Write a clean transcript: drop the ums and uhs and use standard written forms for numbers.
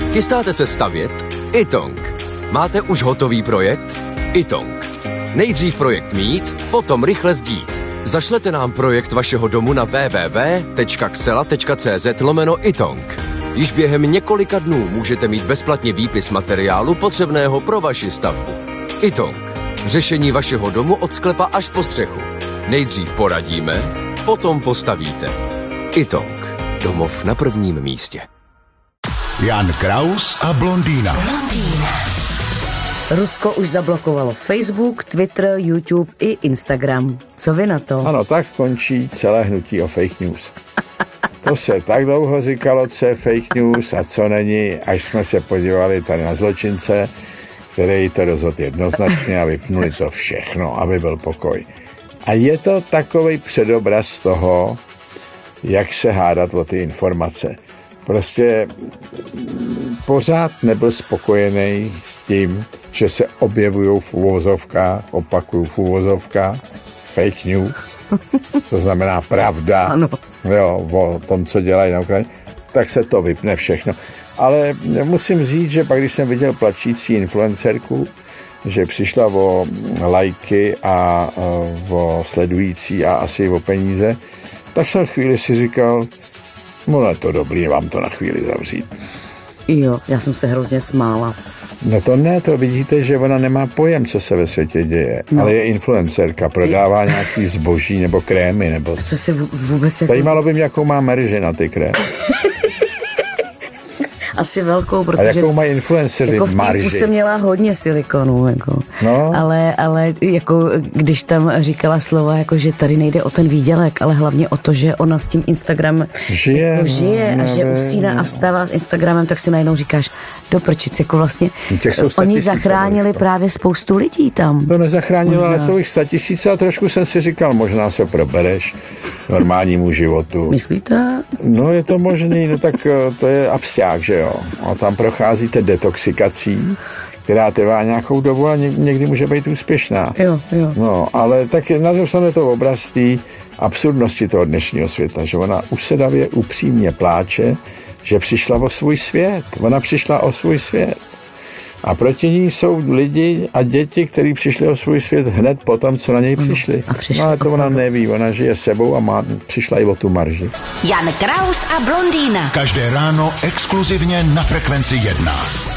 Chystáte se stavět? iTong. Máte už hotový projekt? iTong. Nejdřív projekt mít, potom rychle sdít. Zašlete nám projekt vašeho domu na www.xela.cz/iTong. Již během několika dnů můžete mít bezplatně výpis materiálu potřebného pro vaši stavbu. iTong. Řešení vašeho domu od sklepa až po střechu. Nejdřív poradíme, potom postavíte. iTong. Domov na prvním místě. Jan Kraus a blondýna. Rusko už zablokovalo Facebook, Twitter, YouTube i Instagram. Co vy na to? Ano, tak končí celé hnutí o fake news. To se tak dlouho říkalo, co je fake news a co není, až jsme se podívali tady na zločince, který to rozhodl jednoznačně a vypnuli to všechno, aby byl pokoj. A je to takovej předobraz toho, jak se hádat o ty informace. Prostě pořád nebyl spokojený s tím, že se objevují v uvozovkách, opakuju v uvozovkách, fake news, to znamená pravda, ano. Jo, o tom, co dělají na Ukrajině, tak se to vypne všechno. Ale musím říct, že pak, když jsem viděl plačící influencerku, že přišla o lajky a o sledující a asi o peníze, tak jsem chvíli si říkal, no je to dobrý, vám to na chvíli zavřít. Jo, já jsem se hrozně smála. No to ne, to vidíte, že ona nemá pojem, co se ve světě děje, ale je influencerka, prodává nějaký zboží nebo krémy, nebo... Co se vůbec... Zajímalo by mě, jakou má marži na ty krémy. Asi velkou, protože... A jakou mají influencery jako marži? Jako v jsem měla hodně silikonu, jako. No. Ale jako když tam říkala slova, jako že tady nejde o ten výdělek, ale hlavně o to, že ona s tím Instagramem žije a že usíná a vstává s Instagramem, tak si najednou říkáš, do prčic, jako vlastně oni zachránili právě spoustu lidí tam. To nezachránilo, ale jsou jich 100 000 a trošku jsem si říkal, možná se probereš normálnímu životu. Myslíte? No je to možný, no tak to je absťák, že jo. A tam procházíte detoxikací, která trvá nějakou dobu a někdy může být úspěšná. Jo. No, ale tak na druhou stranu je to obraz té absurdnosti toho dnešního světa, že ona usedavě upřímně pláče, že přišla o svůj svět. Ona přišla o svůj svět. A proti ní jsou lidi a děti, kteří přišli o svůj svět hned po tom, co na něj přišli. No ale to ona neví, ona žije sebou a přišla i o tu marži. Jan Kraus a blondýna. Každé ráno exkluzivně na Frekvenci 1.